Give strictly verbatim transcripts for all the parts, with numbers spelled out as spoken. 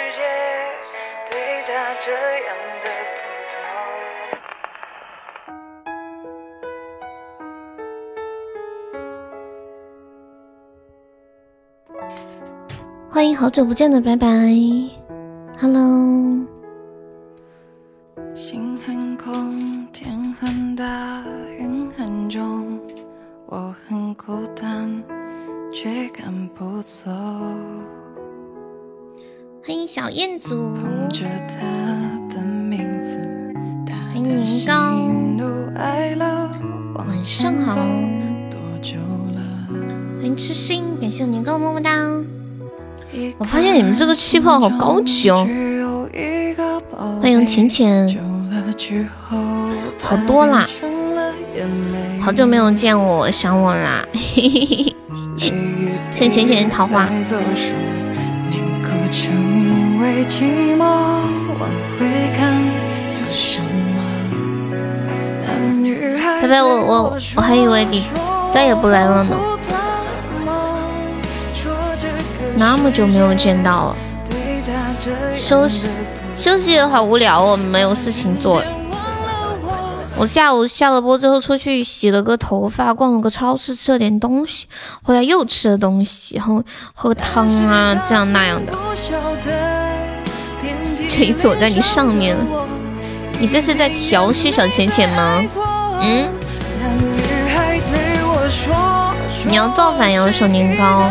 欢迎好久不见的拜拜 ，Hello。心很空，天很大，云很重，我很孤单，却赶不走。欢迎小彦祖，欢迎年糕，晚上好。欢迎痴心，感谢年糕么么哒。我发现你们这个气泡好高级哦！欢迎浅浅，好多啦，好久没有见我，想我啦，嘿嘿嘿嘿。谢谢浅浅的桃花。拜拜，我我我还以为你再也不来了呢。那么久没有见到了，休息休息好无聊哦，没有事情做。我下午下了播之后出去洗了个头发，逛了个超市，吃了点东西，回来又吃了东西，然后喝汤啊，这样那样的。这一次我在你上面了，你这是在调戏小浅浅吗？嗯？你要造反呀，手年糕。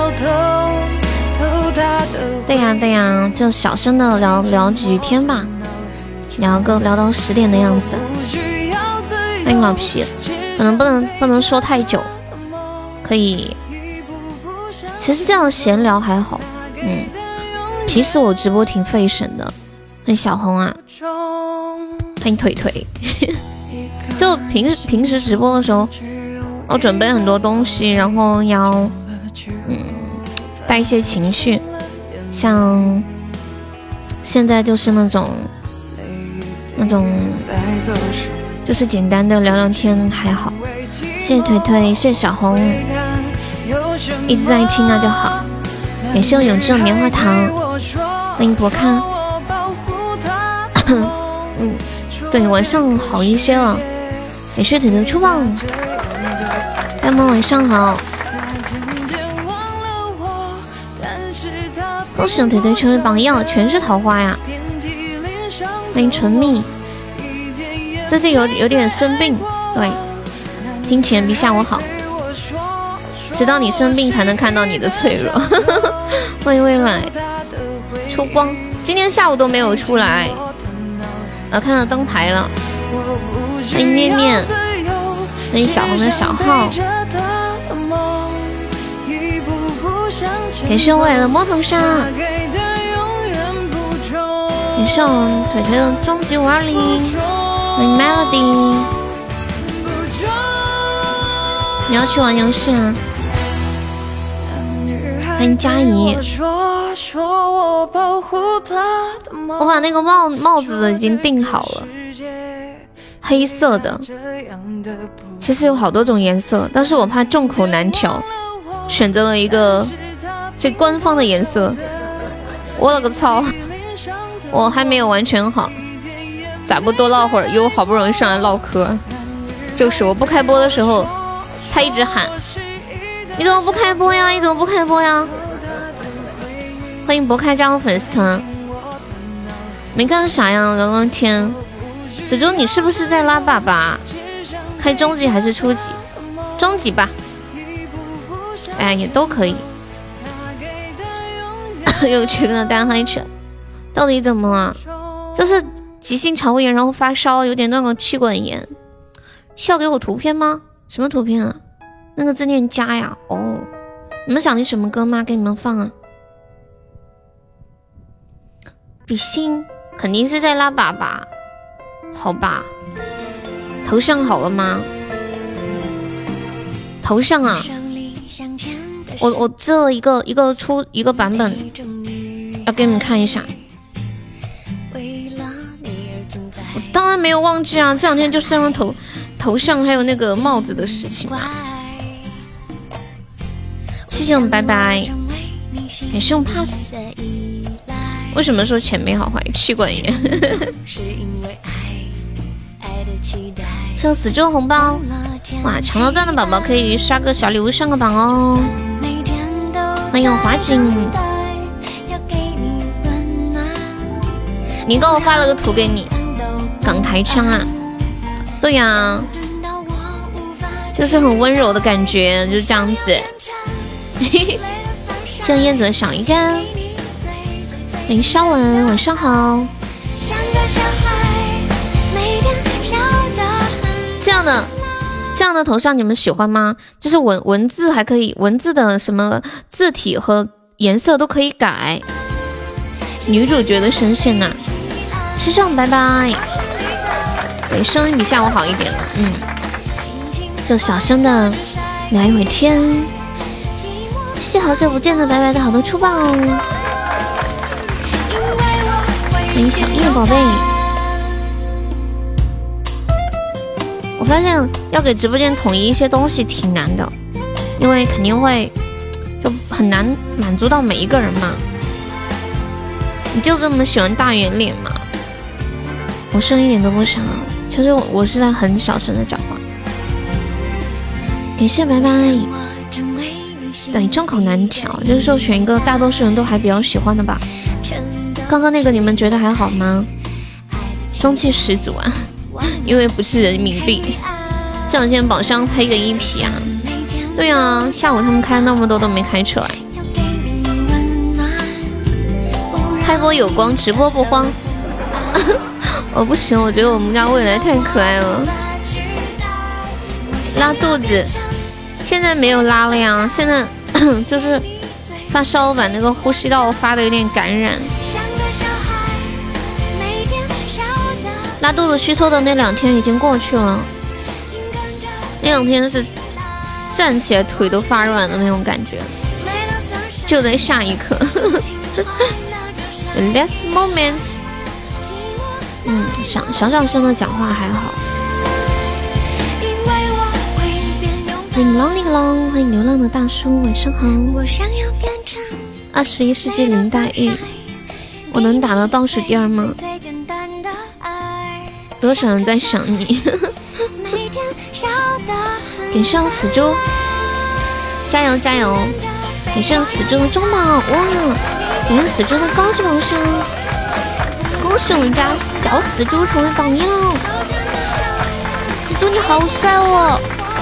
对呀对呀，就小声的聊聊几天吧，聊个聊到十点的样子。欢迎老皮，可能不能不能说太久，可以。其实这样闲聊还好，嗯。平时我直播挺费神的。欢迎小红啊，欢迎腿腿。就平时平时直播的时候，我准备很多东西，然后要嗯带一些情绪，像现在就是那种那种就是简单的聊聊天还好。谢谢腿腿，谢谢小红，一直在听那就好。感谢我永志的棉花糖，欢迎博看。嗯，对，晚上好一些了。感谢腿腿出棒，大家们晚上好。恭喜腿腿成为榜样，全是桃花呀！欢迎唇蜜，最近有有点生病，对，听前比下午好，直到你生病才能看到你的脆弱。欢迎未来出光，今天下午都没有出来，我看到灯牌了。欢迎面面，欢迎小红的小号。感谢我未来的摸头杀，感谢我腿腿的终极五二零，欢迎 Melody。你要去玩游戏啊？欢迎佳怡。我把那个帽帽子已经订好了，黑色的。其实有好多种颜色，但是我怕众口难调，选择了一个最官方的颜色。我了个操，我还没有完全好，咋不多唠会儿？因为我好不容易上来唠嗑，就是我不开播的时候他一直喊你怎么不开播呀，你怎么不开播呀。欢迎博开加入粉丝团。没干啥呀，聊聊天。死猪你是不是在拉粑粑？开中级还是初级？中级吧，哎呀也都可以。又去跟他单嗨去，到底怎么了？就是急性肠胃炎，然后发烧，有点那个气管炎。需要给我图片吗？什么图片啊？那个字念加呀。哦，你们想听什么歌吗？给你们放啊。比心肯定是在拉粑粑，好吧？头像好了吗？头像啊，我我制了一个一个出一个版本，要给你们看一下。我当然没有忘记啊，这两天就是让头头像还有那个帽子的事情嘛。谢谢我们拜拜，感谢我们 pass。 为什么说钱没好坏？妻管严。送死猪红包，哇！抢到钻的宝宝可以刷个小礼物上个榜哦。欢迎华景，你给我发了个图给你，港台腔啊？对呀、啊，就是很温柔的感觉，就是这样子。像燕子少一根。林稍文，晚上好。这样的这样的头像你们喜欢吗？就是文文字还可以，文字的什么字体和颜色都可以改。女主角的声线呐、啊，师兄拜拜。对，声音比下午好一点了，嗯。就小声的来一会天。谢谢好久不见的白白的好多出宝。欢迎小叶宝贝。我发现要给直播间统一一些东西挺难的，因为肯定会就很难满足到每一个人嘛。你就这么喜欢大圆脸吗？我声一点都不响啊，其实我我是在很小声的讲话。感谢拜拜。对，众口难调，就是说选一个大多数人都还比较喜欢的吧。刚刚那个你们觉得还好吗？中气十足啊，因为不是人民币。这两天宝箱配个一匹啊。对啊，下午他们开那么多都没开出来。开播有光，直播不慌。我不行，我觉得我们家未来太可爱了。拉肚子，现在没有拉了呀，现在就是发烧，把那个呼吸道发的有点感染。拉肚子虚脱的那两天已经过去了，那两天是站起来腿都发软的那种感觉，就在下一刻。Last moment。嗯，小小小声的讲话还好。欢迎 Lonely Long， 欢迎流浪的大叔，晚上好。二十一世纪林黛玉，我能打到倒数第二吗？多少人在想你？给上死猪，加油加油！给上死猪的中宝，哇！给上死猪的高级宝箱。恭喜我们家小死猪成为榜一了！死猪你好帅哦！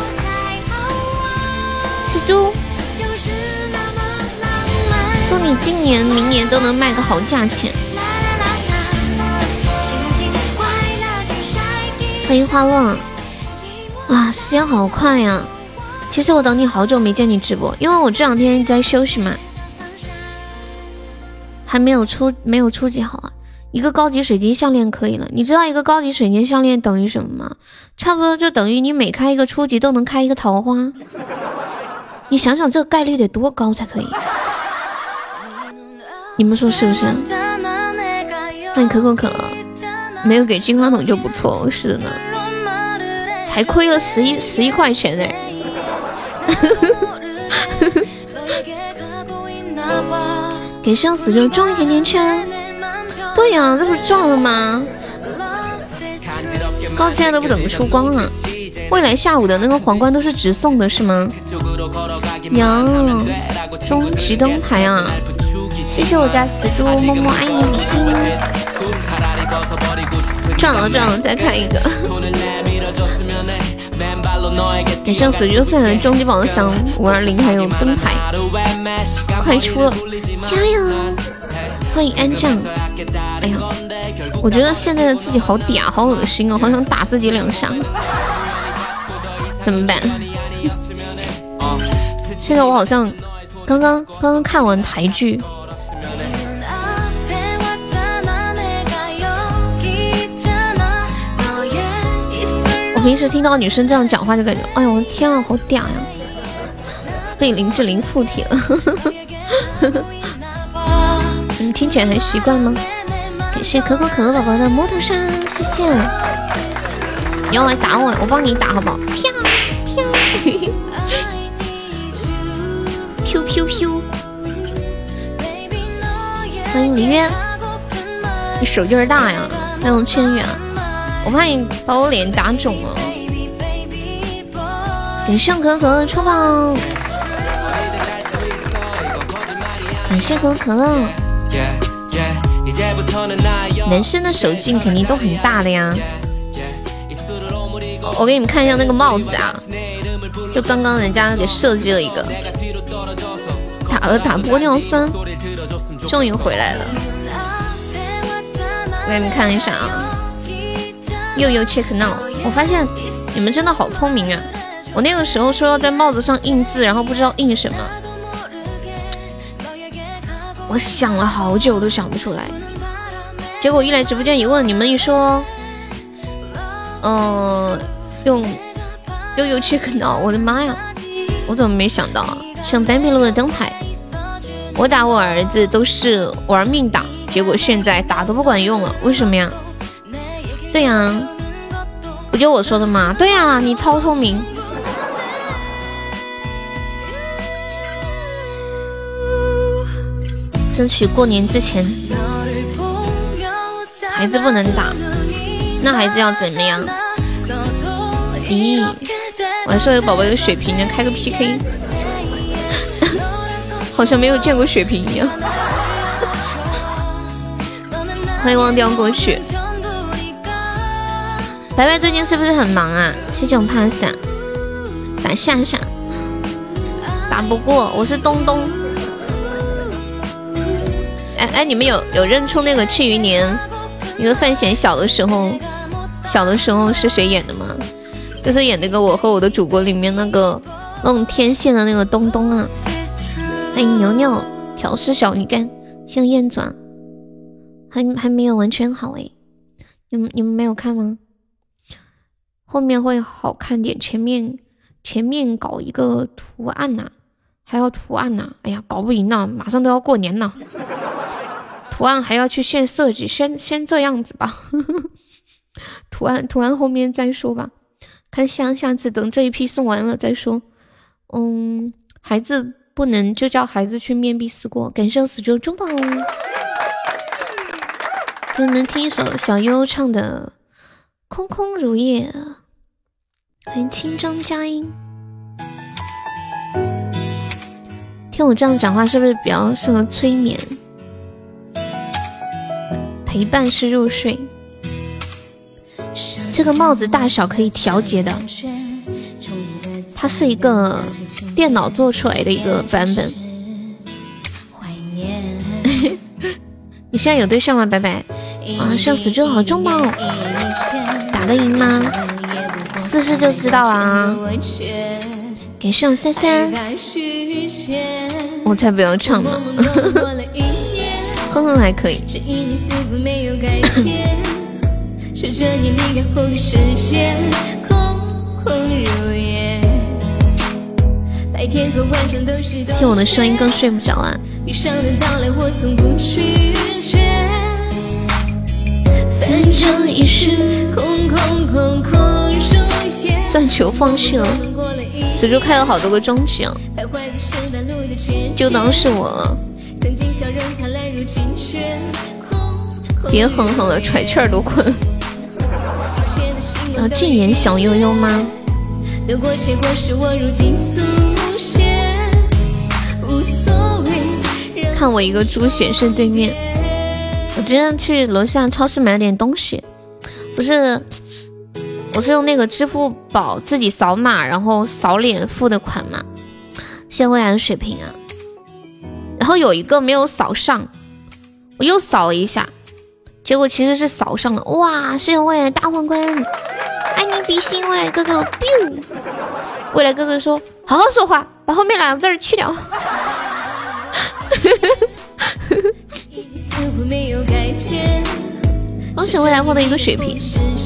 死猪，祝你今年、明年都能卖个好价钱。欢迎花落，哇，时间好快呀！其实我等你好久没见你直播，因为我这两天在休息嘛，还没有出没有初级好啊。一个高级水晶项链可以了，你知道一个高级水晶项链等于什么吗？差不多就等于你每开一个初级都能开一个桃花。你想想这个概率得多高才可以？你们说是不是？欢迎可口可乐，没有给金话筒就不错，是的呢，才亏了十一十一块钱哎。给生死就中一甜甜圈。对呀、啊，这不是赚了吗？高阶都不怎么出光啊。未来下午的那个皇冠都是直送的是吗？呀，终极灯牌啊！谢谢我家死猪，么么爱你比心。赚了赚了，再开一个。给上死猪算了，终极宝箱五二零还有灯牌，快出了，加油！欢迎安酱。哎呀，我觉得现在的自己好嗲，好恶心哦，好想打自己两下。怎么办？现在我好像刚刚刚刚看完台剧。我平时听到女生这样讲话就感觉，哎呦我的天啊，好嗲呀！被林志玲附体了。你听起来还习惯吗？感谢可口可乐宝宝的摩托车，谢谢。你要来打我，我帮你打好不好？啪啪，飘飘飘。欢迎离约， 你手劲儿大呀，还用千远，我怕你把我脸打肿了。感谢可可出宝，感谢可可乐。男生的手劲肯定都很大的呀。我给你们看一下那个帽子啊，就刚刚人家给设计了一个，打了打玻尿酸，终于回来了。我给你们看一下啊，又又 check now， 我发现你们真的好聪明啊！我那个时候说要在帽子上印字，然后不知道印什么，我想了好久都想不出来。结果一来直播间一问，你们一说，嗯、呃，用悠悠 check now， 我的妈呀，我怎么没想到啊？像班皮路的灯牌，我打我儿子都是玩命打，结果现在打都不管用了，为什么呀？对呀，不就我说的吗？对呀，你超聪明。争取过年之前，孩子不能打，那孩子要怎么样？咦，我还说有宝宝有血瓶呢，开个 P K， 好像没有见过血瓶一样。欢迎忘掉过去。白白最近是不是很忙啊？谢谢我帕萨，打夏夏，打不过，我是东东。哎哎，你们有有认出那个《庆余年》那个范闲小的时候，小的时候是谁演的吗？就是演那个《我和我的祖国》里面那个弄天线的那个东东啊。欢迎牛牛调试小鱼干，像燕爪，还还没有完全好哎，你们你们没有看吗？后面会好看点，前面前面搞一个图案呐、啊，还要图案呐、啊，哎呀，搞不赢了，马上都要过年了。图案还要去现设计，先先这样子吧。图案图案后面再说吧，看下下次等这一批送完了再说。嗯，孩子不能就叫孩子去面壁思过。感谢死者中宝，给你们听一首小优唱的《空空如也》，欢迎轻装佳音。听我这样讲话是不是比较适合催眠？陪伴式入睡。这个帽子大小可以调节的，它是一个电脑做出来的一个版本。你现在有对象吗？白白啊，生死之好重吗？打得赢吗？试试就知道啊。给上三三，我才不要唱呢。哼哼，还可以。听我的声音更睡不着啊。算球放弃了，此处开了好多个终极啊，就当是我了。别哼哼了，喘气儿都困。啊，禁言小悠悠吗？看我一个猪显示对面。我今天去楼下超市买了点东西，不是，我是用那个支付宝自己扫码，然后扫脸付的款嘛。谢谢未来的水平啊。然后有一个没有扫上，我又扫了一下，结果其实是扫上了。哇，谢谢未来大皇冠，爱你比心未来哥哥 biu。 未来哥哥说好好说话，把后面两个字去掉。恭喜未来获得一个水瓶。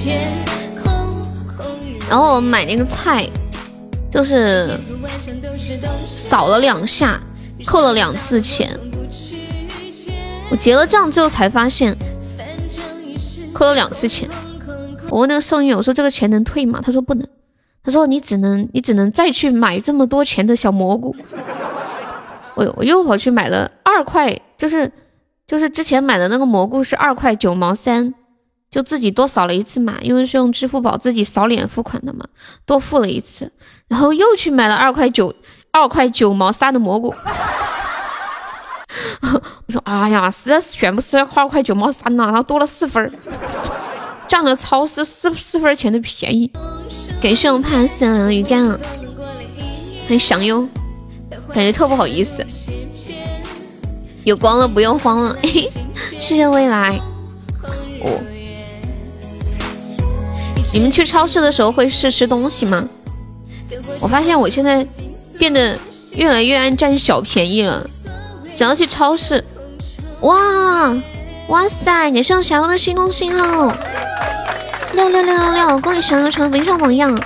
然后我买那个菜就是扫了两下扣了两次钱，我结了账之后才发现扣了两次钱。我问那个售银员，我说这个钱能退吗？他说不能，他说你只能你只能再去买这么多钱的小蘑菇。我我又跑去买了二块，就是就是之前买的那个蘑菇是二块九毛三，就自己多扫了一次码，因为是用支付宝自己扫脸付款的嘛，多付了一次，然后又去买了二块九二块九毛三的蘑菇。我说哎呀，实在是选不出来二块九毛三呐，然后多了四分，占了超市四四分钱的便宜。感谢我怕死了鱼干，很享用，感觉特不好意思。有光了不用慌了，谢谢未来。哦，你们去超市的时候会试吃东西吗？我发现我现在变得越来越爱占小便宜了。只要去超市，哇哇塞，你上小优的心动信号六六六六六，恭喜小优成为上榜样。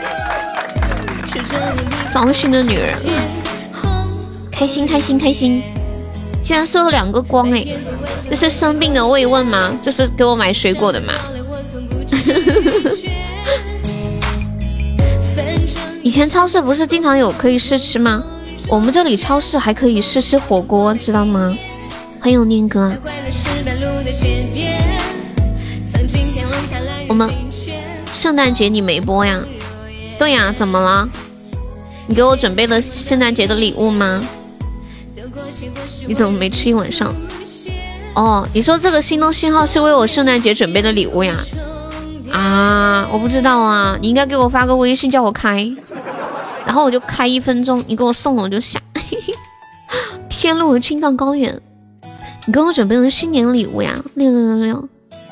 糟心的女人，开心开心开心，居然收了两个光哎！这是生病的慰问吗？这是给我买水果的吗？以前超市不是经常有可以试吃吗？我们这里超市还可以试吃火锅，知道吗？很有念哥。我们圣诞节你没播呀？对呀，怎么了？你给我准备了圣诞节的礼物吗？你怎么没吃一晚上？哦，你说这个心动信号是为我圣诞节准备的礼物呀？啊，我不知道啊，你应该给我发个微信叫我开。然后我就开一分钟，你给我送了我就下。天路青藏高原，你给我准备了新年礼物呀，六六六六。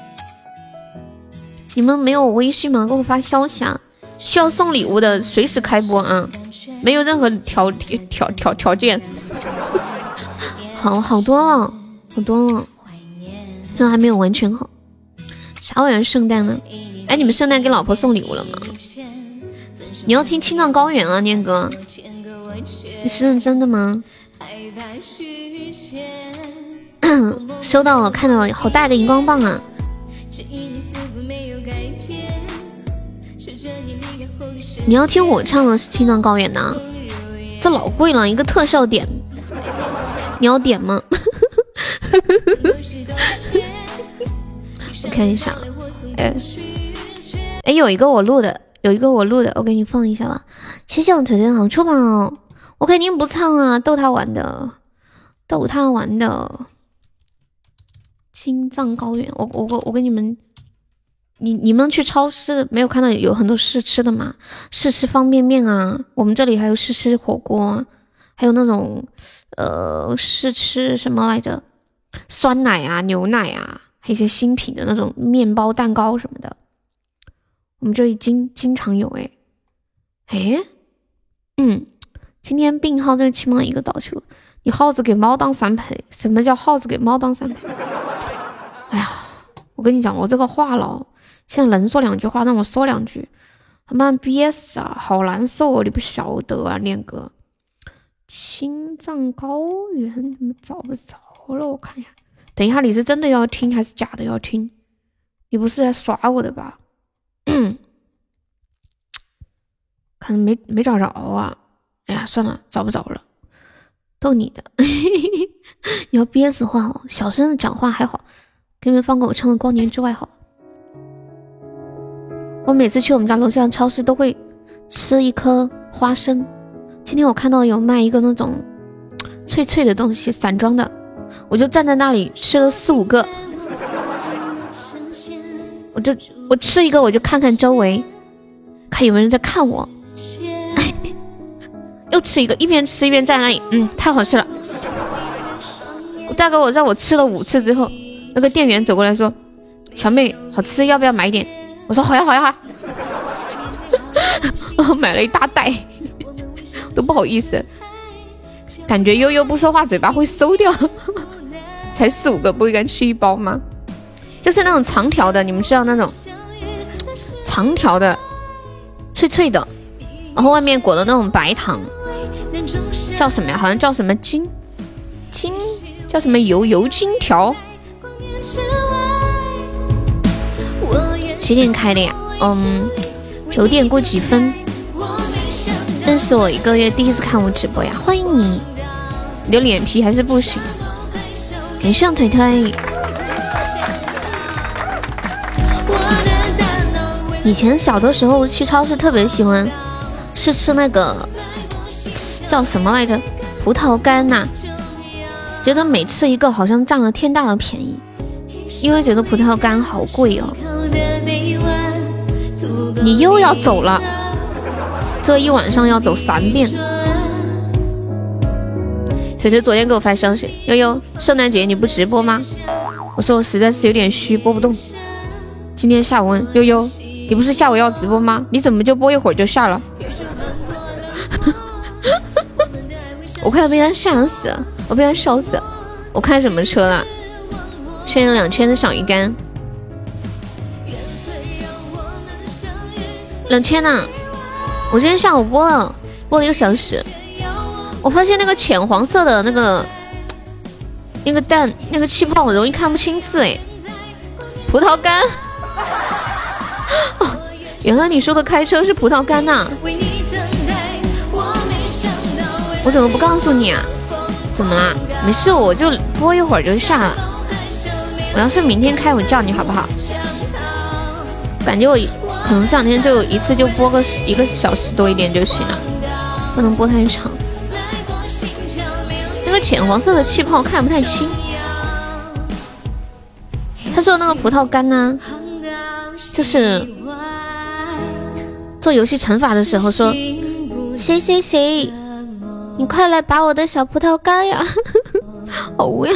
你们没有我微信吗？给我发消息啊！需要送礼物的随时开播啊，没有任何条条条条件。好好多了，好多了，现在还没有完全好。啥玩意儿圣诞呢？哎，你们圣诞给老婆送礼物了吗？你要听青藏高原啊，念哥，你是认真的吗？收到了，看到了，好大的荧光棒啊！你要听我唱的是青藏高原呐、啊，这老贵了，一个特效点，你要点吗？我看一下，哎哎，有一个我录的。有一个我录的，我给你放一下吧。谢谢我腿腿好出宝，我肯定不唱啊，逗他玩的，逗他玩的。青藏高原，我我我跟你们，你你们去超市没有看到有很多试吃的吗？试吃方便面啊，我们这里还有试吃火锅，还有那种呃试吃什么来着，酸奶啊、牛奶啊，还有一些新品的那种面包、蛋糕什么的。我们这里经经常有哎，哎，嗯，今天病号这起码一个倒去了。你耗子给猫当三陪，什么叫耗子给猫当三陪？哎呀，我跟你讲，我这个话痨，现在能说两句话，让我说两句，他妈憋死啊，好难受啊，你不晓得啊，念哥。青藏高原怎么找不着了？我看一下，等一下，你是真的要听还是假的要听？你不是在耍我的吧？可能没没找着啊！哎呀，算了，找不着了，逗你的。你要憋死话哦，小声的讲话还好，给你们放过我唱的《光年之外》好。我每次去我们家楼下的超市都会吃一颗花生，今天我看到有卖一个那种脆脆的东西，散装的，我就站在那里吃了四五个。我就我吃一个，我就看看周围，看有没有人在看我。又吃一个，一边吃一边在那里，嗯，太好吃了。大概我在我吃了五次之后，那个店员走过来说：“小妹，好吃，要不要买一点？”我说：“好呀，好呀，好呀。”我买了一大袋，都不好意思，感觉悠悠不说话，嘴巴会馊掉。才四五个，不应该吃一包吗？就是那种长条的，你们知道那种长条的，脆脆的，然后外面裹的那种白糖，叫什么呀？好像叫什么金金，叫什么油油金条。几点开的呀？嗯，九点过几分。认识我一个月，第一次看我直播呀，欢迎你。你的脸皮还是不行。感没事，腿腿。以前小的时候去超市特别喜欢是吃那个叫什么来着，葡萄干呐、啊，觉得每吃一个好像占了天大的便宜，因为觉得葡萄干好贵哦。你又要走了，这一晚上要走三遍。腿腿昨天给我发消息，悠悠，圣诞节你不直播吗？我说我实在是有点虚，播不动。今天下午问悠悠，你不是下午要直播吗？你怎么就播一会儿就下了？我快要被他吓死了，我被他笑死了。我开什么车了？现在两千的小鱼干，两千呐、啊！我今天下午播了，播了一个小时。我发现那个浅黄色的那个那个蛋那个气泡，我容易看不清字哎。葡萄干，哦，原来你说的开车是葡萄干呐、啊！我怎么不告诉你啊？怎么啦？没事，我就播一会儿就下了。我要是明天开，我叫你好不好？感觉我可能这两天就一次就播个一个小时多一点就行了，不能播太长。那个浅黄色的气泡看不太清。他说那个葡萄干呢，就是做游戏惩罚的时候说，谁谁谁，你快来把我的小葡萄干呀，好无呀。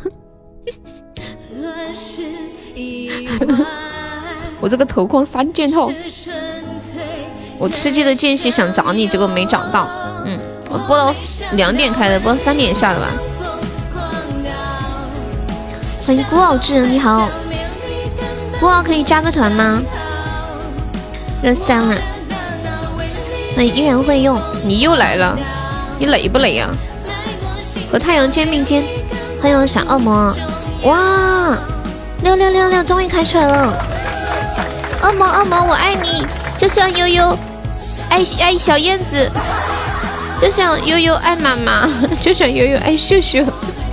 我这个头框三件套，我吃鸡的间隙想找你，结果没找到。嗯，我播到两点开的，播到三点下的吧。欢迎孤傲之人，你好，孤傲可以加个团吗？热三了，那依然会用。你又来了，你累不累啊？和太阳肩并肩。欢迎小恶魔，哇，六六六六，终于开出来了。恶魔恶魔我爱你，就像悠悠爱爱小燕子，就像悠悠爱妈妈，就像悠悠爱秀秀。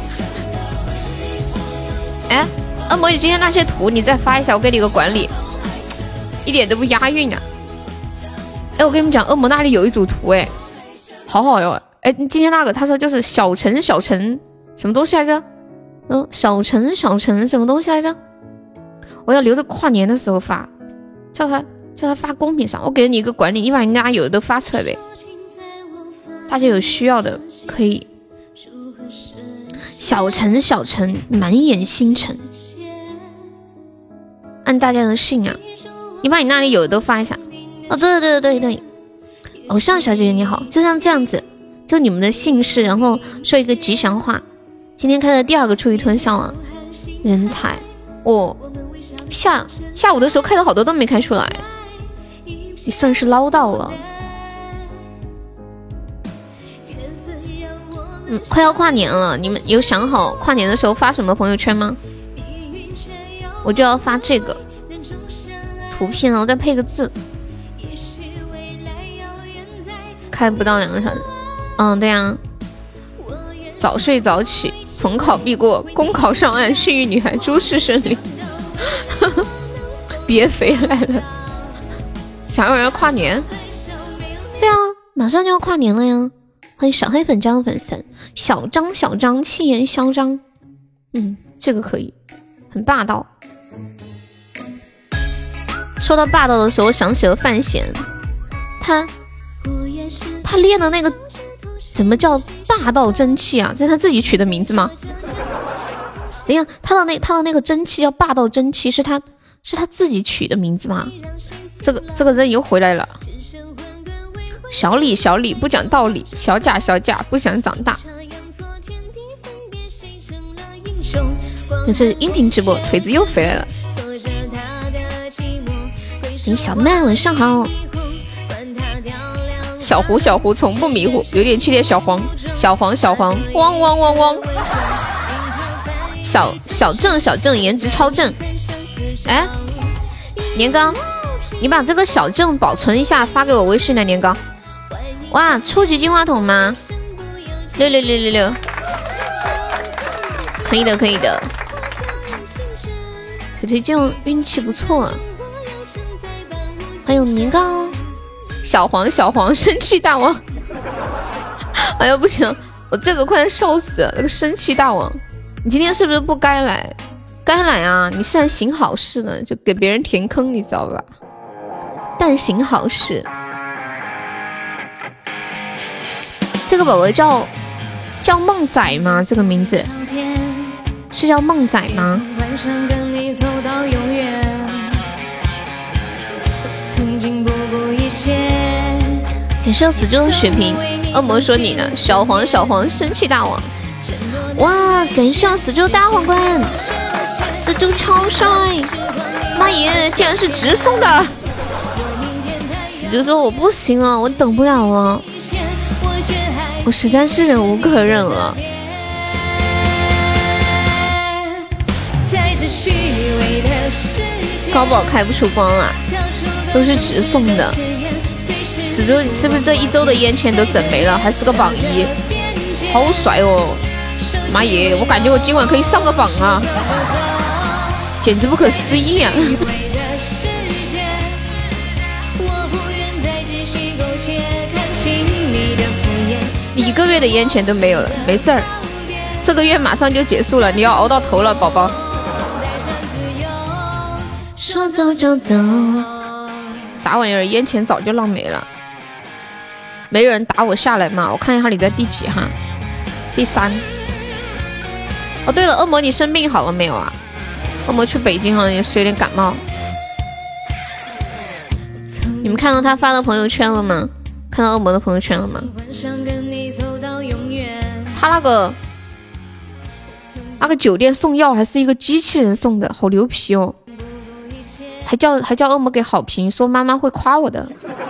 哎，恶魔，你今天那些图你再发一下，我给你个管理，一点都不押韵啊。哎，我跟你们讲，恶魔那里有一组图，哎，好好哟。哎，你今天那个他说就是小陈小陈什么东西来着？嗯，小陈小陈什么东西来着？我要留着跨年的时候发。叫他叫他发公屏上，我给你一个管理，你把人家有的都发出来呗，大家有需要的可以。小陈小陈满眼星辰，按大家的姓啊，你把你那里有的都发一下。哦，对对对对对，偶像小姐姐你好，就像这样子，就你们的姓氏，然后说一个吉祥话。今天开的第二个出于吞笑啊，人才哦。下下午的时候开了好多都没开出来，你算是捞到了。嗯，快要跨年了，你们有想好跨年的时候发什么朋友圈吗？我就要发这个图片，然后再配个字。开不到两个小时，嗯，对啊。早睡早起，逢考必过，公考上岸，幸运女孩，诸事顺利。别肥来了，想要人跨年？对啊，马上就要跨年了呀！欢迎小黑粉张粉丝，小张小张，气焰嚣张。嗯，这个可以，很霸道。说到霸道的时候，我想起了范闲，他他练的那个怎么叫霸道真气啊？这是他自己取的名字吗？等一下，他的那他的那个真气叫霸道真气，是他是他自己取的名字吗？这个这个人又回来了。小李小李不讲道理，小贾小贾不想长大。这是音频直播，锤子又回来了。你小曼晚上好。小胡小胡从不迷糊，有点气烈小黄小黄小黄汪汪汪汪。小小郑小郑颜值超正。哎，年糕，你把这个小郑保存一下，发给我微信来。年糕，哇，初级金话筒吗？六六六六六， 可以的，可以的。腿腿这种运气不错啊。还有年糕，小黄小黄生气大王。哎呀不行，我这个快笑死了！那个生气大王，你今天是不是不该来？该来啊！你是来行好事的，就给别人填坑，你知道吧？但行好事。这个宝宝叫叫梦仔吗？这个名字是叫梦仔吗？感谢死猪血瓶，恶魔说你呢，小黄小黄生气大王。哇，感谢死猪大皇冠，死猪超帅！妈耶，竟然是直送的！死猪说我不行了，我等不了了。我实在是忍无可忍了。高宝开不出光了，都是直送的。死猪，你是不是这一周的烟钱都整没了？还是个榜一，好帅哦！妈耶，我感觉我今晚可以上个榜啊，简直不可思议啊！一个月的烟钱都没有了，没事儿，这个月马上就结束了，你要熬到头了，宝宝。说走就走，啥玩意儿？烟钱早就浪没了，没人打我下来嘛？我看一下你在第几哈？第三。哦，对了，恶魔你生病好了没有啊？恶魔去北京好像也是有点感冒。你们看到他发的朋友圈了吗？看到恶魔的朋友圈了吗？他那个那个酒店送药还是一个机器人送的，好牛皮哦！还叫还叫恶魔给好评，说妈妈会夸我的。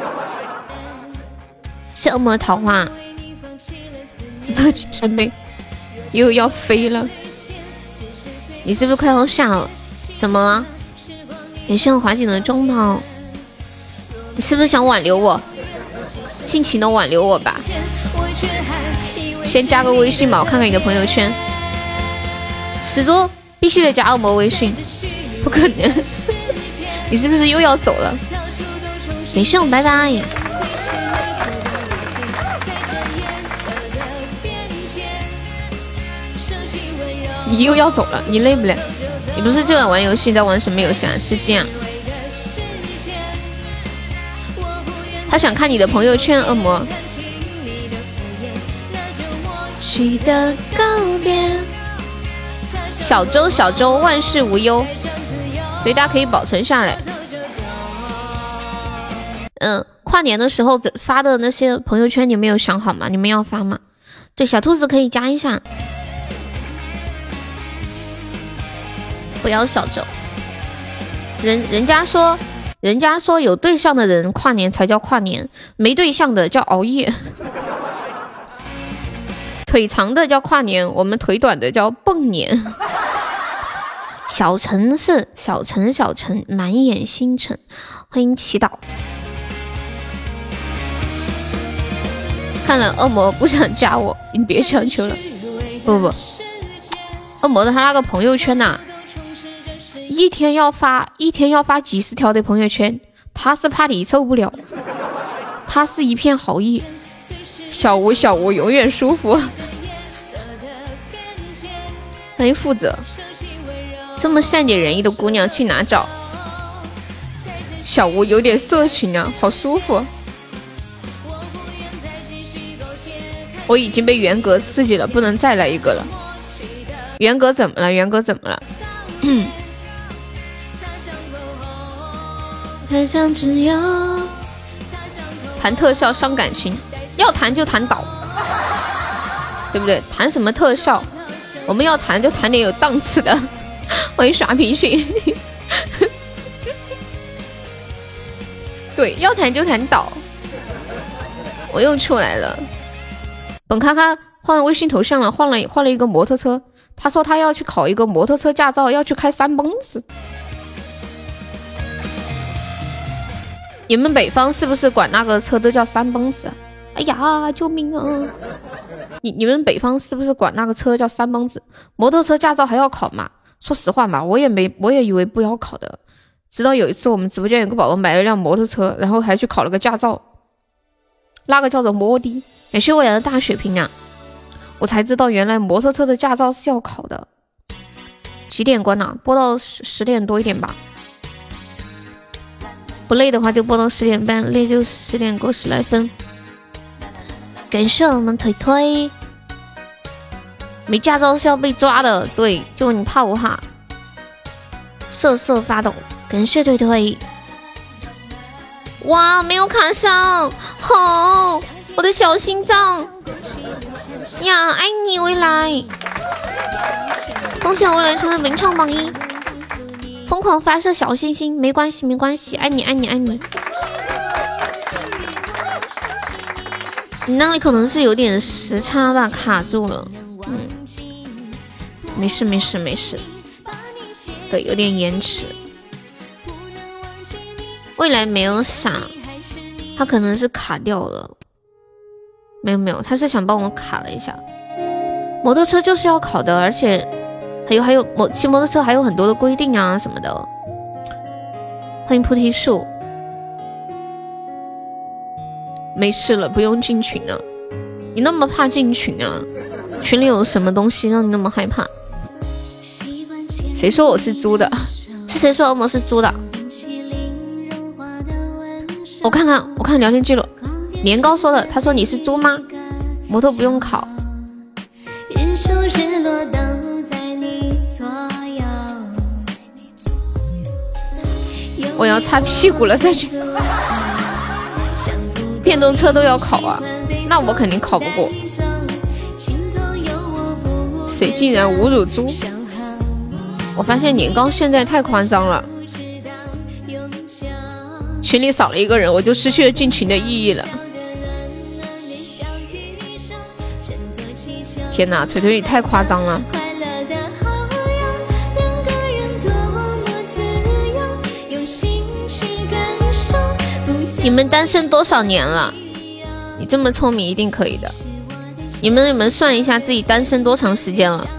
是恶魔的桃花，乐极生悲，又要飞了。你是不是快要下了？怎么了？也是华锦的中宝，你是不是想挽留我？尽情的挽留我吧。先加个微信吧，我看看你的朋友圈。死猪必须得加恶魔微信，不可能！你是不是又要走了？没事，拜拜。你又要走了，你累不累？你不是就想玩游戏，在玩什么游戏啊？吃鸡啊？他想看你的朋友圈，恶魔。去的告别，小周小周万事无忧，所以大家可以保存下来。嗯，跨年的时候发的那些朋友圈，你们有想好吗？你们要发吗？对，小兔子可以加一下。不要小周，人人家说，人家说有对象的人跨年才叫跨年，没对象的叫熬夜。腿长的叫跨年，我们腿短的叫蹦年。小陈是小陈，小陈满眼星辰，欢迎祈祷。看来恶魔不想加我，你别强求了。不不不，恶魔的他那个朋友圈呐、啊，一天要发一天要发几十条的朋友圈，他是怕你受不了，他是一片好意。小吴小吴永远舒服。欢迎负责，这么善解人意的姑娘去哪找？小吴有点色情啊，好舒服。我已经被元格刺激了，不能再来一个了。元格怎么了？元格怎么了？嗯。谈特效伤感情，要谈就谈倒，对不对？谈什么特效？我们要谈就谈点有档次的。欢迎耍脾气。对，要谈就谈倒。我又出来了。本卡卡换微信头像了，换了换了一个摩托车。他说他要去考一个摩托车驾照，要去开三蹦子。你们北方是不是管那个车都叫三蹦子？ 哎呀，救命啊！你你们北方是不是管那个车叫三蹦子？摩托车驾照还要考吗？说实话嘛，我也没，我也以为不要考的。直到有一次我们直播间有个宝宝买了一辆摩托车，然后还去考了个驾照，那个叫做摩的。感谢未来的大血瓶啊！我才知道原来摩托车的驾照是要考的。几点关啊？播到十十点多一点吧。不累的话就播到十点半，累就十点过十来分。感谢我们腿腿，没驾照是要被抓的，对，就你怕不怕？瑟瑟发抖。感谢腿腿。哇，没有卡上，好，我的小心脏呀，爱你未来。恭喜我未来成为名唱榜一，疯狂发射小星星，没关系没关系，爱你爱你爱你。你那里可能是有点时差吧，卡住了。嗯，没事没事没事。对，有点延迟。未来没有傻，他可能是卡掉了。没有没有，他是想帮我卡了一下。摩托车就是要考的，而且还有还有摩骑摩托车还有很多的规定啊什么的。欢迎菩提树。没事了，不用进群了。你那么怕进群啊？群里有什么东西让你那么害怕？谁说我是猪的？是谁说恶魔是猪的？我看看，我看聊天记录，年糕说的，他说你是猪吗？摩托不用考。我要擦屁股了再去。电动车都要考啊，那我肯定考不过。谁竟然侮辱猪？我发现年糕现在太夸张了，群里少了一个人，我就失去了进群的意义了。天哪，腿腿你太夸张了。你们单身多少年了？你这么聪明一定可以的。你们你们算一下自己单身多长时间了？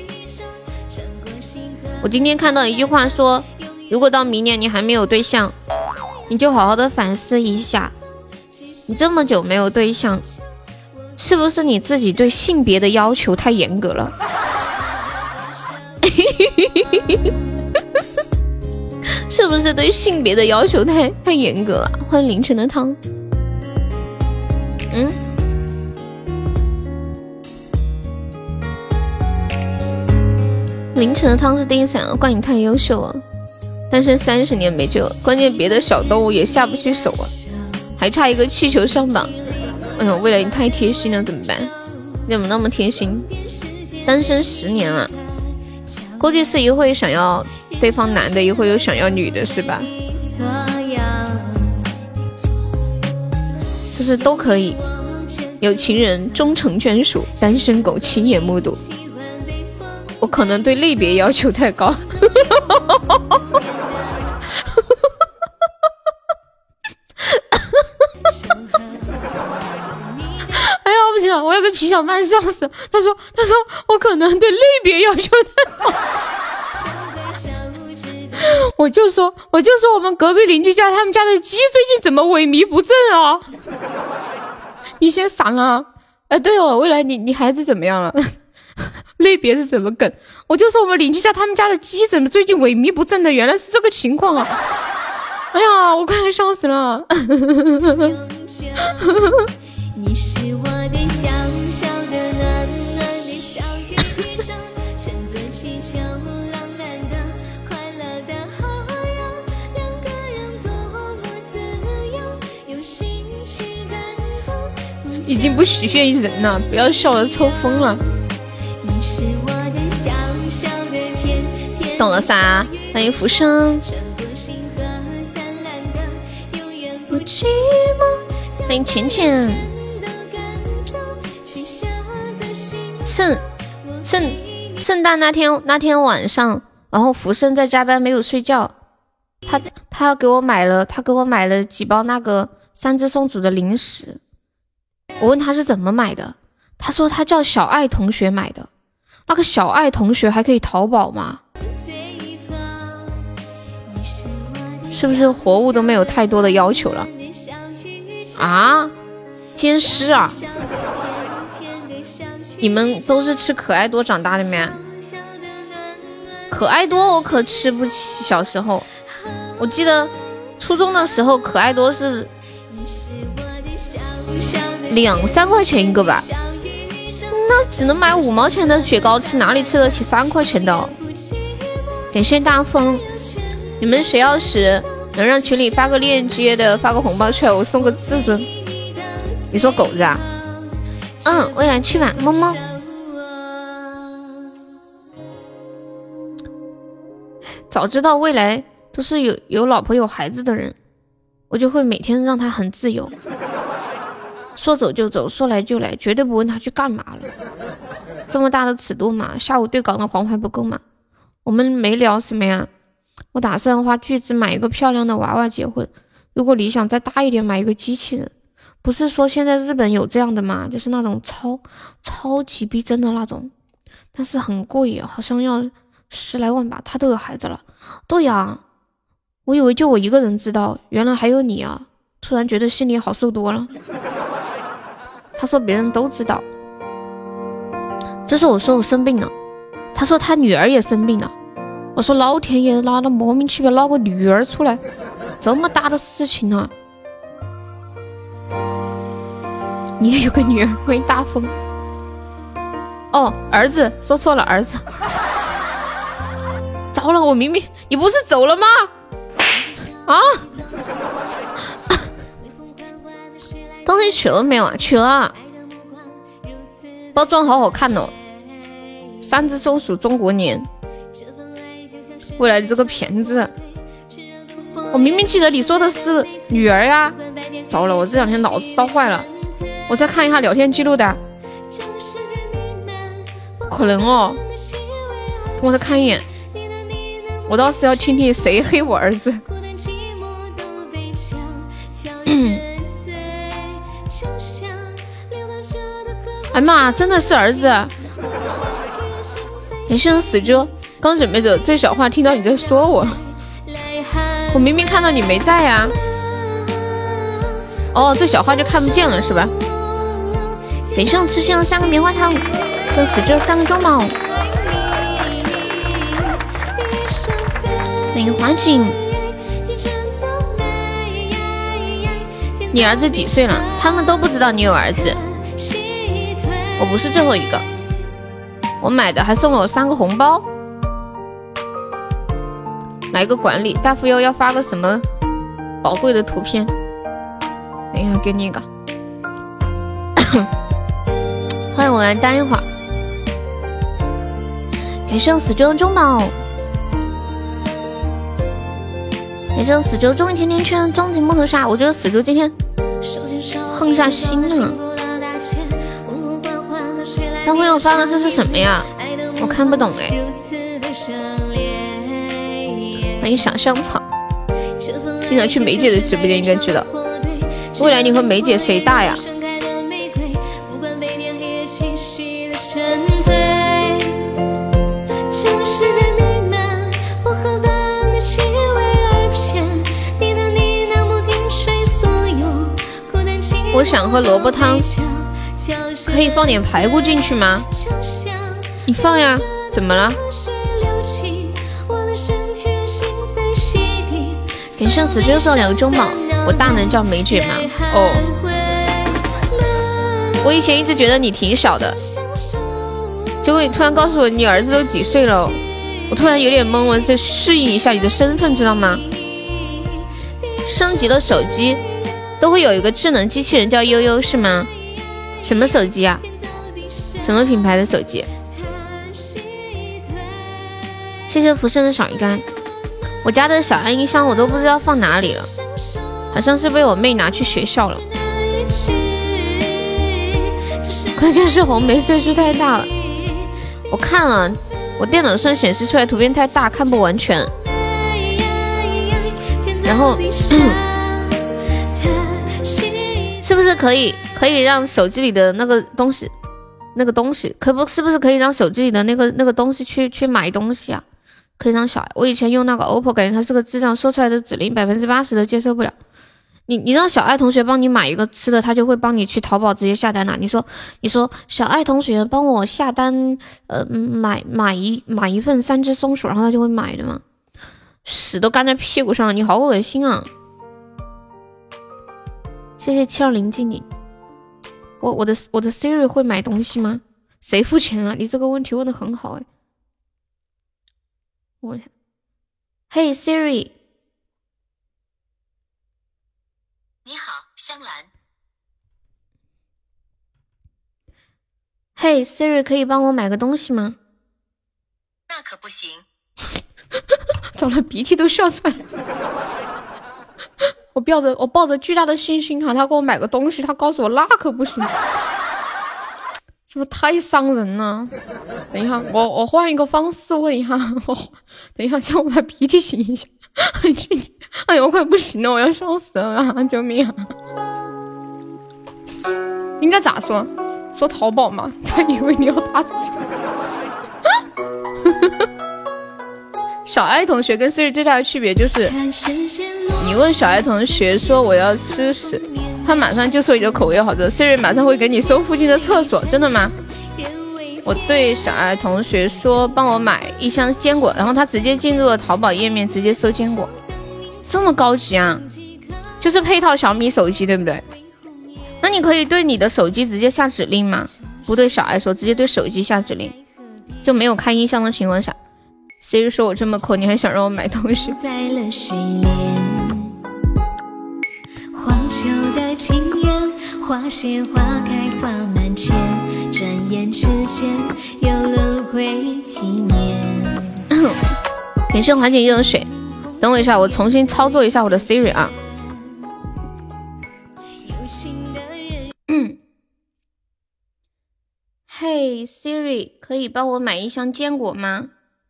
我今天看到一句话说，如果到明年你还没有对象，你就好好的反思一下，你这么久没有对象，是不是你自己对性别的要求太严格了？是不是对性别的要求太太严格了？欢迎凌晨的汤。嗯，凌晨的汤是第一次啊，怪你太优秀了，单身三十年没救了，关键别的小动物也下不去手啊，还差一个气球上榜。哎呦，未来你太贴心了，怎么办？你怎么那么贴心？单身十年了，估计是一会想要对方男的，一会又想要女的，是吧？就是都可以。有情人终成眷属，单身狗亲眼目睹。我可能对类别要求太高。哎呀，不行了，我要被皮小曼笑死。他说，他说我可能对类别要求太高。我就说，我就说我们隔壁邻居家他们家的鸡最近怎么萎靡不振啊？你先闪啊！哎，对哦，未来你你孩子怎么样了？类别是什么梗？我就说我们邻居家他们家的鸡怎么最近萎靡不振的，原来是这个情况啊！哎呀，我快要笑死了！你是我的小小的暖暖的小雨滴上，乘着气球浪漫的快乐的海洋，两个人多么自由，有心去感动。已经不许愿于人了，不要笑得抽风了。懂了啥？欢迎浮生，欢迎浅浅。圣圣圣诞那天那天晚上，然后浮生在加班没有睡觉，他他给我买了他给我买了几包那个三只松鼠的零食， 我问他是怎么买的，他说他叫小爱同学买的。那个小爱同学还可以淘宝吗？是不是活物都没有太多的要求了啊？奸尸啊！你们都是吃可爱多长大的吗？可爱多我可吃不起，小时候我记得初中的时候可爱多是两三块钱一个吧，那只能买五毛钱的雪糕吃，哪里吃得起三块钱的、哦？感谢大风，你们谁要是能让群里发个链接的，发个红包出来，我送个至尊。你说狗子啊？嗯，未来去吧，么么。早知道未来都是有有老婆有孩子的人，我就会每天让他很自由，说走就走，说来就来，绝对不问他去干嘛了。这么大的尺度嘛，下午对岗的黄牌不够嘛？我们没聊什么呀？我打算花巨资买一个漂亮的娃娃结婚，如果理想再大一点，买一个机器人。不是说现在日本有这样的吗？就是那种超超级逼真的那种，但是很贵啊，好像要十来万吧。他都有孩子了。对呀，我以为就我一个人知道，原来还有你啊！突然觉得心里好受多了。他说别人都知道，就是我说我生病了，他说他女儿也生病了。我说老天爷，哪的莫名其妙捞个女儿出来，这么大的事情啊！你也有个女儿，欢迎大风。哦，儿子，说错了，儿子。糟了，我明明你不是走了吗？啊？东西取了没有啊？取了。包装好好看哦。三只松鼠中国年。未来的这个骗子，我明明记得你说的是女儿呀。糟了，我这两天脑子烧坏了。我再看一下聊天记录的，不可能哦！我再看一眼，我倒是要听听谁黑我儿子。哎妈，真的是儿子！你是死猪，刚准备着这小话，听到你在说我，我明明看到你没在呀、啊。哦，这小花就看不见了是吧？给上吃剩三个棉花糖，这死只有三个钟宝。欢迎花锦。你儿子几岁了？他们都不知道你有儿子。我不是最后一个，我买的还送了我三个红包。来个管理，大富优要发个什么宝贵的图片？等一下给你一个。欢迎我来待一会儿。感谢死猪中宝，感谢死猪中一甜甜圈，终极木头杀。我觉得死猪今天横一下心了。大朋友发的这是什么呀？我看不懂哎。欢迎小香草，经常去梅姐的直播间应该知道。未来你和梅姐谁大呀？我想喝萝卜汤，可以放点排骨进去吗？你放呀，怎么了？给剩死之送两个中宝，我大能叫梅姐吗？哦，我以前一直觉得你挺小的，结果你突然告诉我你儿子都几岁了，我突然有点懵，我再适应一下你的身份，知道吗？升级了手机都会有一个智能机器人叫悠悠是吗？什么手机啊？什么品牌的手机？谢谢福生的小鱼干。我家的小安音箱我都不知道放哪里了，好像是被我妹拿去学校了。关键是红梅岁数太大了，我看了，我电脑上显示出来图片太大，看不完全。然后是不是可以可以让手机里的那个东西，那个东西可不是不是可以让手机里的那个那个东西去去买东西啊？可以让小爱，我以前用那个 O P P O， 感觉他是个智障，说出来的指令百分之八十都接受不了。你你让小爱同学帮你买一个吃的，他就会帮你去淘宝直接下单了。你说你说小爱同学帮我下单，呃买买一买一份三只松鼠，然后他就会买的吗？屎都干在屁股上了，你好恶心啊！谢谢七二零经理。我我的我的 Siri 会买东西吗？谁付钱啊？你这个问题问的很好哎。我嘿 Siri。 你好，香兰。 嘿、hey, Siri， 可以帮我买个东西吗？ 那可不行。 找了鼻涕都笑出来了。我抱着我抱着巨大的信心哈，他给我买个东西，他告诉我那可不行，是不是太伤人了？等一下，我我换一个方式问一下，我等一下，先我把鼻涕擤一下。哎呦，快不行了，我要笑死了啊！救命啊！应该咋说？说淘宝吗？他以为你要打出去。小爱同学跟 Siri 最大的区别就是，你问小爱同学说我要吃屎，他马上就说你的口味好吃 ，Siri 马上会给你搜附近的厕所，真的吗？我对小爱同学说帮我买一箱坚果，然后他直接进入了淘宝页面，直接搜坚果，这么高级啊！就是配套小米手机，对不对？那你可以对你的手机直接下指令吗？不对小爱说，直接对手机下指令，就没有开音箱的情况下。Siri 说我这么抠，你还想让我买东西？在了水莲，黄秋的情缘，花谢花开花满圈，转眼之间又轮回几年。感谢缓解热水，等我一下，我重新操作一下我的 Siri 啊。嘿、hey, Siri， 可以帮我买一箱坚果吗？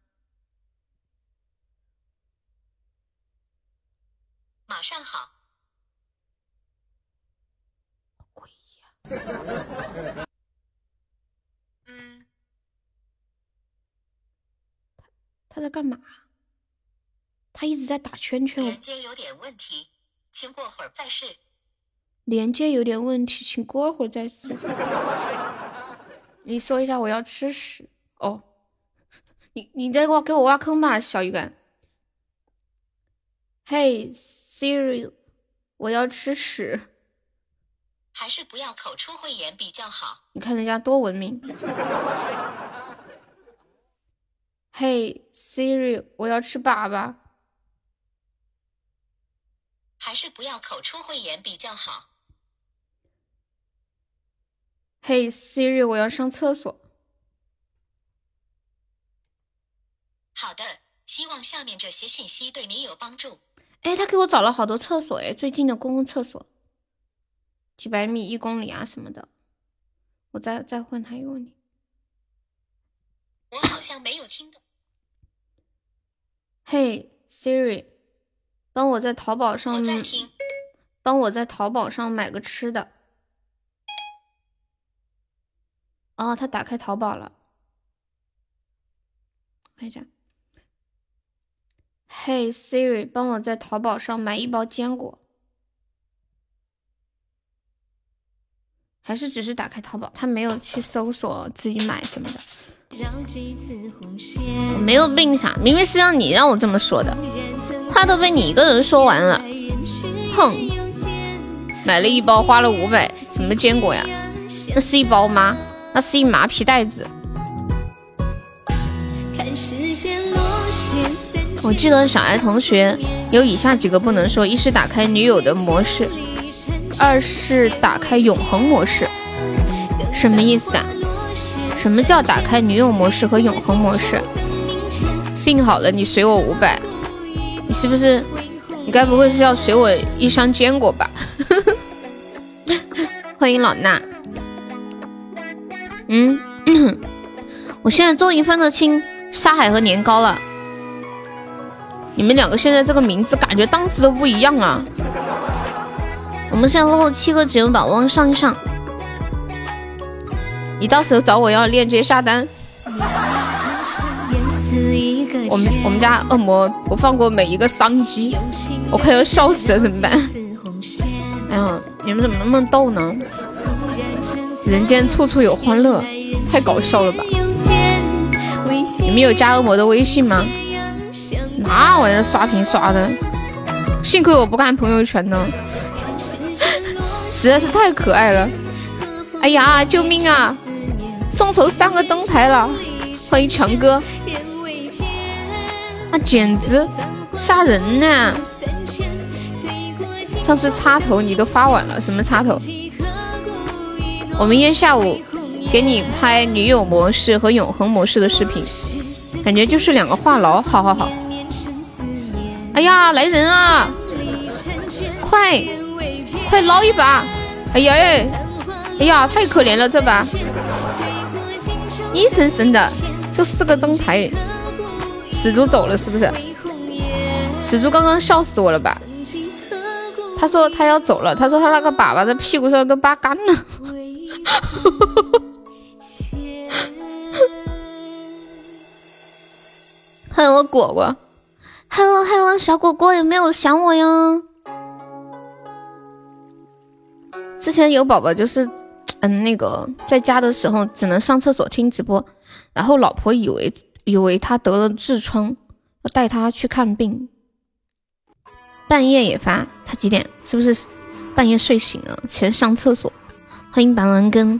马上好。 诡异啊！ 嗯， 他在干嘛？他一直在打圈圈。 连接有点问题，请过会儿再试。 连接有点问题，请过会儿再试。你说一下我要吃屎哦。你你再给我给我挖坑吧，小鱼干。嘿、hey, Siri， 我要吃屎。 还是不要口出秽言比较好。 你看人家多文明。嘿、hey, Siri， 我要吃粑粑。 还是不要口出秽言比较好。 嘿、hey, Siri， 我要上厕所。 好的，希望下面这些信息对你有帮助。 哎，他给我找了好多厕所，哎，最近的公共厕所，几百米、一公里啊什么的。我再再问他一个问题。 我好像没有听懂。 嘿、hey, Siri， 帮我在淘宝上， 我在听。 帮我在淘宝上买个吃的。哦，他打开淘宝了。看一下。嘿、hey, Siri， 帮我在淘宝上买一包坚果。还是只是打开淘宝，他没有去搜索自己买什么的。我没有病啥，明明是让你让我这么说的，话都被你一个人说完了。哼，买了一包花了五百，什么坚果呀？那是一包吗？那是一麻皮袋子。我记得小爱同学有以下几个不能说：一是打开女友的模式，二是打开永恒模式。什么意思啊？什么叫打开女友模式和永恒模式？病好了你随我五百，你是不是？你该不会是要随我一箱坚果吧？欢迎老衲。嗯，我现在终于分得清沙海和年糕了。你们两个现在这个名字感觉档次都不一样啊。我们现在落后七个节目榜，往上一上。 你到时候找我要链接下单。我们我们家恶魔不放过每一个商机，我快要笑死了，怎么办？哎呀，你们怎么那么逗呢？人间处处有欢乐，太搞笑了吧！你们有加恶魔的微信吗？那我在刷屏刷的，幸亏我不看朋友圈呢，实在是太可爱了。哎呀，救命啊！众筹三个灯牌了，欢迎强哥。那简直吓人呢！上次插头你都发完了，什么插头？我明天下午给你拍女友模式和永恒模式的视频，感觉就是两个话痨。好好好。哎呀，来人啊！快快捞一把！哎呀哎呀，太可怜了这把，阴森森的，就四个灯牌。死猪走了是不是？死猪刚刚笑死我了吧？他说他要走了，他说他那个粑粑在屁股上都扒干了。还有我果果 ，Hello Hello， 小果果有没有想我呀？之前有宝宝就是嗯那个在家的时候只能上厕所听直播，然后老婆以为以为他得了痔疮，要带他去看病，半夜也发，他几点？是不是半夜睡醒了起来上厕所？欢迎板蓝根，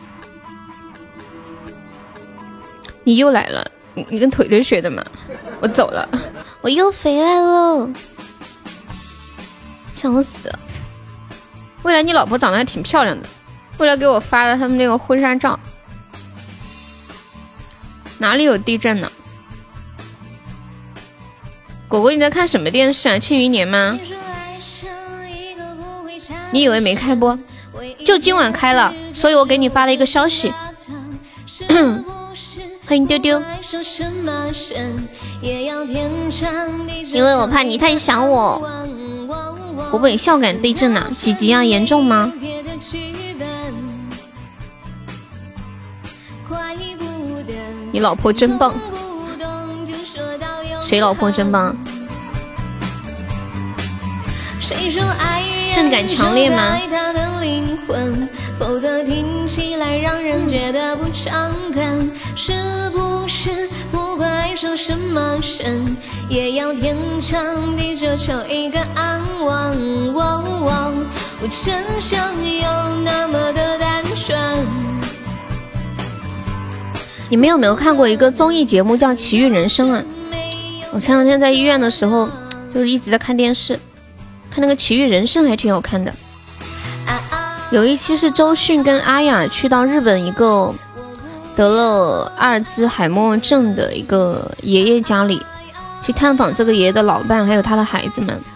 你又来了，你你跟腿腿学的嘛？我走了，我又回来了，笑死了。未来你老婆长得还挺漂亮的，未来给我发了他们那个婚纱照。哪里有地震呢？果果你在看什么电视啊？庆余年吗？你以为没开播？就今晚开了，所以我给你发了一个消息。欢迎丢丢。因为我怕你太想我。湖北孝感地震啊，几级啊？严重吗？你老婆真棒。谁老婆真棒？震感强烈吗？否则听起来让人觉得不常看，是不是不管爱上什么神，也要天长地久求一个安稳。我真想有那么的单纯。你们有没有看过一个综艺节目叫《奇遇人生》啊？我前两天在医院的时候就一直在看电视，看那个《奇遇人生》还挺好看的。有一期是周迅跟阿雅去到日本一个得了阿尔兹海默症的一个爷爷家里，去探访这个爷爷的老伴还有他的孩子们。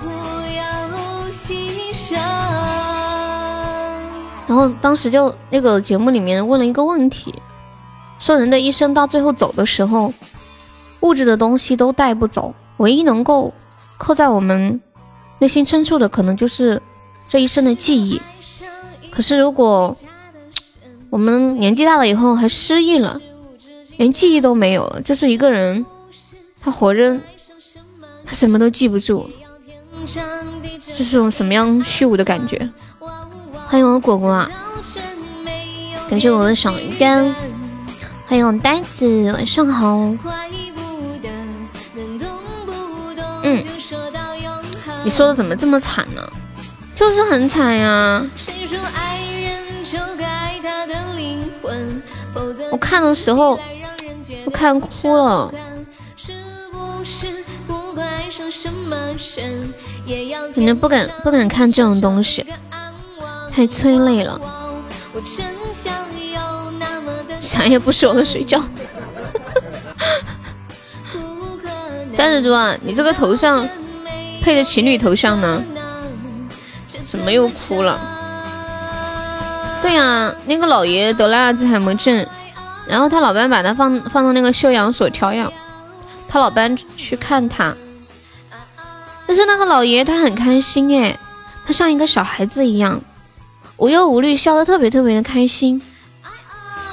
然后当时就那个节目里面问了一个问题，说人的一生到最后走的时候，物质的东西都带不走，唯一能够刻在我们内心深处的可能就是这一生的记忆。可是如果我们年纪大了以后还失忆了，连记忆都没有了，就是一个人他活着他什么都记不住，这是种什么样虚无的感觉。欢迎我果果啊，感谢我的小鱼干，欢迎我呆子，晚上好。嗯，你说的怎么这么惨呢？就是很惨呀。我看的时候我看哭了。可能不敢不敢看这种东西，太催泪了。啥也不说了，睡觉。但是说啊，你这个头像配的情侣头像呢？怎么又哭了？对呀、啊，那个老爷得了阿尔兹海默症，然后他老伴把他放放到那个休养所调养，他老伴去看他，但是那个老爷他很开心诶，他像一个小孩子一样，无忧无虑，笑得特别特别的开心。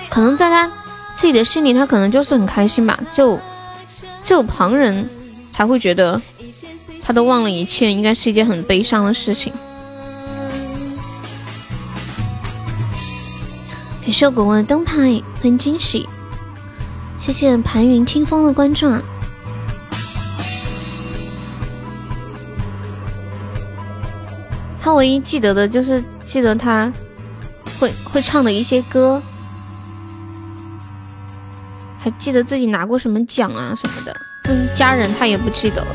可能在他自己的心里，他可能就是很开心吧。只有只有旁人才会觉得他都忘了一切，应该是一件很悲伤的事情。感谢果果的灯牌，很惊喜。谢谢盘云清风的关注啊。他唯一记得的就是记得他会会唱的一些歌，还记得自己拿过什么奖啊什么的。嗯，家人他也不记得了。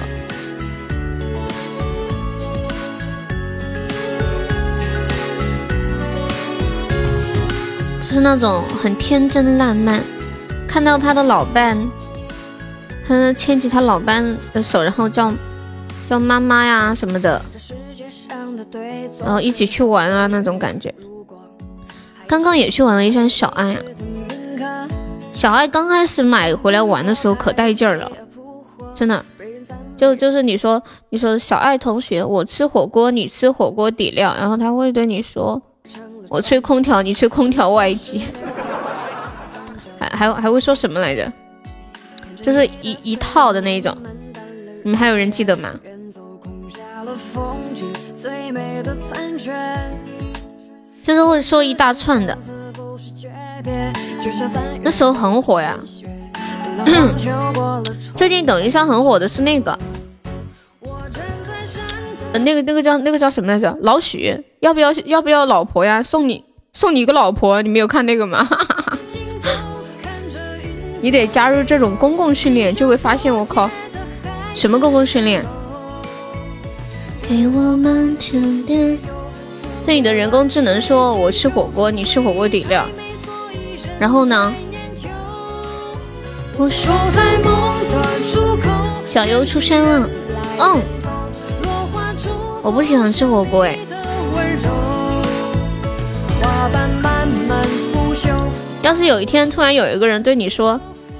就是那种很天真烂漫，看到他的老伴，他牵起他老伴的手，然后叫叫妈妈呀什么的，然后一起去玩啊那种感觉。刚刚也去玩了一圈小爱啊，小爱刚开始买回来玩的时候可带劲儿了，真的。就就是你说你说小爱同学，我吃火锅你吃火锅底料，然后他会对你说我吹空调你吹空调外机，还还还会说什么来着？就是一一套的那一种。你们还有人记得吗？就是会说一大串的，那时候很火呀。最近抖音上很火的是那个，呃，那个那个叫那个叫什么来着？老许，要不要要不要老婆呀？送你送你一个老婆，你没有看那个吗？你得加入这种公共训练，就会发现我靠，什么公共训练？给我们沉淀。对你的人工智能说，我吃火锅，你吃火锅底料。然后呢？我说小优出山了。嗯，我不喜欢吃火锅哎。要是有一天突然有一个人对你说，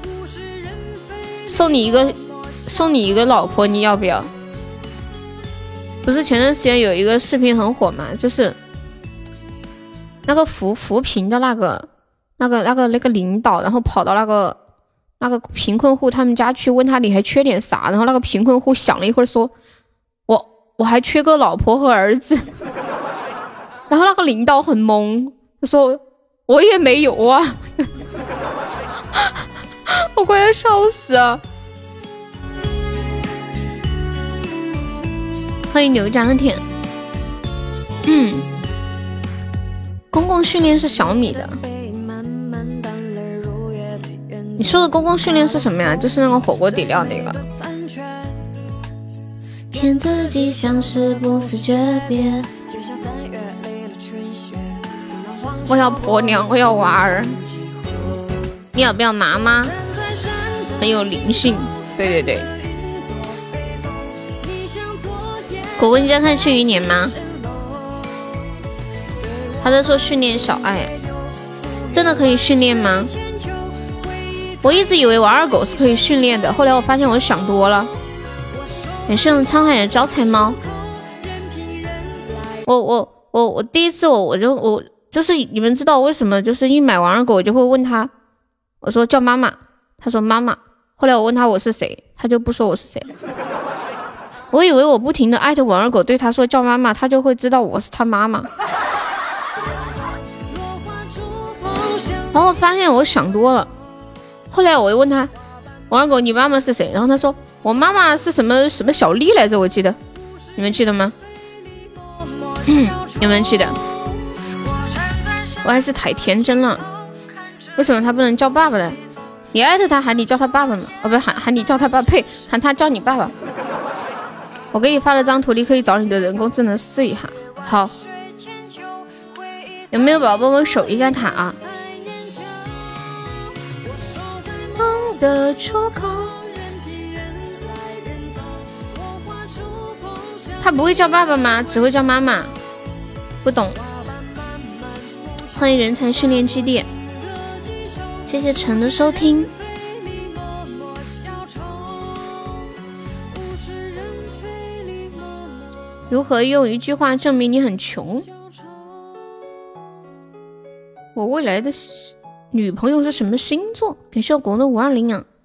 送你一个送你一个老婆，你要不要？不是前段时间有一个视频很火嘛，就是那个扶扶贫的那个那个那个那个领导，然后跑到那个那个贫困户他们家去问他你还缺点啥，然后那个贫困户想了一会儿说，我我还缺个老婆和儿子。然后那个领导很懵，他说我也没有啊。我快要笑死了。欢迎牛轧铁。嗯，公共训练是小米的。你说的公共训练是什么呀？就是那个火锅底料那个。骗自己像是不是诀别。我要婆娘，我要娃儿。你要不要妈妈？很有灵性。对对对。果果，你在看《庆余年》吗？他在说训练小爱，真的可以训练吗？我一直以为王二狗是可以训练的，后来我发现我想多了。也是用沧海的招财猫。我我我我第一次我我就我就是你们知道为什么就是一买王二狗我就会问他，我说叫妈妈，他说妈妈。后来我问他我是谁，他就不说我是谁。我以为我不停的艾特王二狗对他说叫妈妈，他就会知道我是他妈妈。然后我发现我想多了。后来我又问他，王二狗你妈妈是谁？然后他说我妈妈是什么什么小丽来着，我记得，你们记得吗？嗯，有没有记得？我还是太天真了。为什么他不能叫爸爸呢？你艾特他喊你叫他爸爸吗？哦，不喊喊你叫他爸，呸，喊他叫你爸爸。我给你发了张图，你可以找你的人工智能试一下。好，有没有宝宝帮我守一下塔啊？的出口，他不会叫爸爸吗？只会叫妈妈？不懂。欢迎人才训练基地，谢谢陈的收听。如何用一句话证明你很穷？我未来的女朋友是什么星座？感谢我国的五二零啊！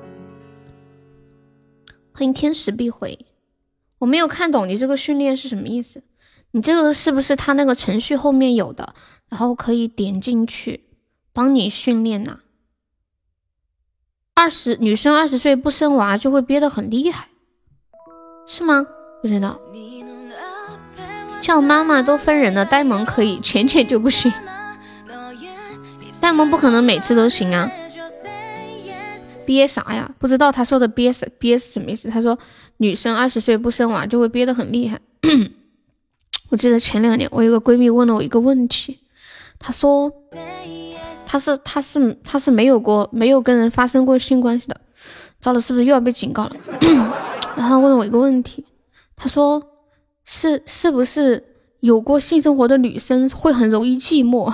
欢迎天使必回。我没有看懂你这个训练是什么意思？你这个是不是他那个程序后面有的，然后可以点进去帮你训练呐？二十女生二十岁不生娃就会憋得很厉害，是吗？不知道。叫妈妈都分人了，呆萌可以，浅浅就不行。呆萌不可能每次都行啊。憋啥呀？不知道他说的憋是憋是什么意思？他说女生二十岁不生娃就会憋得很厉害。我记得前两年我有个闺蜜问了我一个问题，她说她是她是她是没有过没有跟人发生过性关系的，糟了，是不是又要被警告了？然后问了我一个问题，她说是是不是有过性生活的女生会很容易寂寞？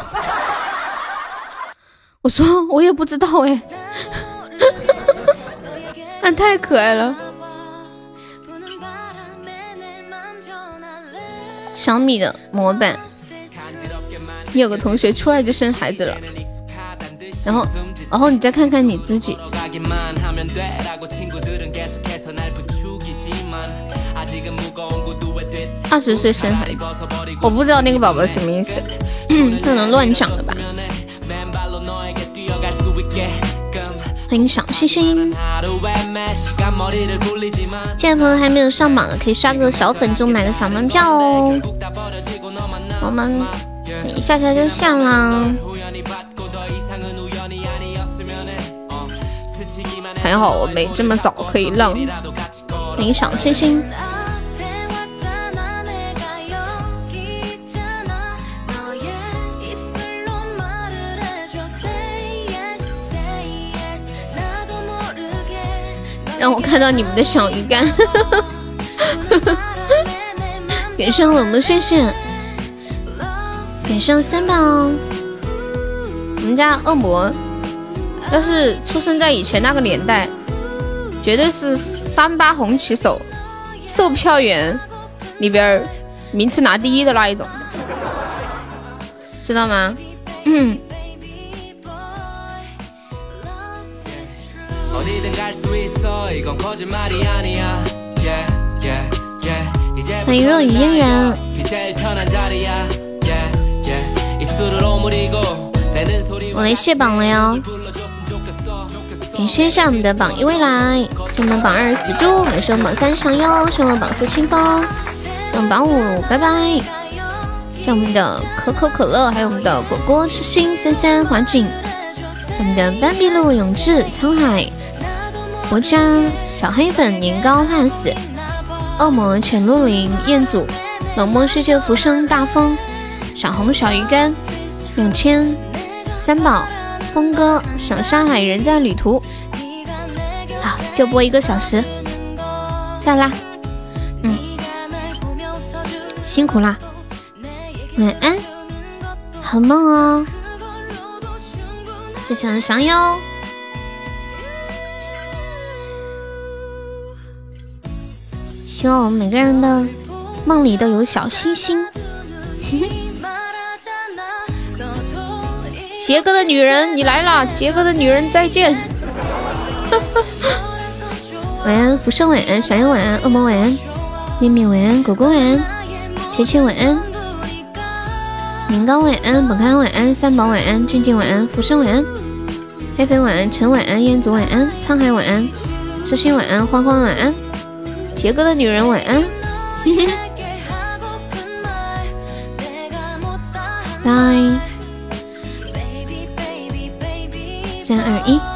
我说我也不知道哎。那太可爱了。小米的模板，你有个同学初二就生孩子了，然后然后你再看看你自己，二十岁生孩子，我不知道那个宝宝什么意思，可能乱讲的吧。欢迎小星星，现在朋友还没有上榜的可以刷个小粉钟买个小门票哦，我们一下下就下啦。还好我没这么早可以让。欢迎小星星，让我看到你们的小鱼干。给上了我们谢谢，给上三宝。我们家恶魔要是出生在以前那个年代，绝对是三八红旗手，售票员里边名次拿第一的那一种，知道吗？嗯。欢迎若雨嫣然，我来卸榜了哟，感谢一下我们的榜一未来，谢我们榜二死猪，感谢我们榜三上优，谢我们榜四清风，谢我们榜五拜拜，谢我们的可口可乐，还有我们的果果痴心三三华景，我们的斑比路永志沧海国家小黑粉年糕怕死，恶魔浅露林彦祖冷漠世界浮生大风小红小鱼干两千三宝峰哥小山海人在旅途，好就播一个小时下啦，嗯，辛苦啦，晚安，好梦哦，谢谢祥哟。希望我们每个人的梦里都有小星星。杰哥的女人你来啦，杰哥的女人再见。晚安浮生，晚安小优，晚安恶魔，晚安面面，晚安果果，晚安切切，晚安年糕，晚安本康，晚安三宝，晚安静静，晚安浮生，晚安黑飞，晚安陈，晚安彦祖，晚安沧海，晚安痴心，晚安欢欢，晚安杰哥的女人，晚安。拜。三二一。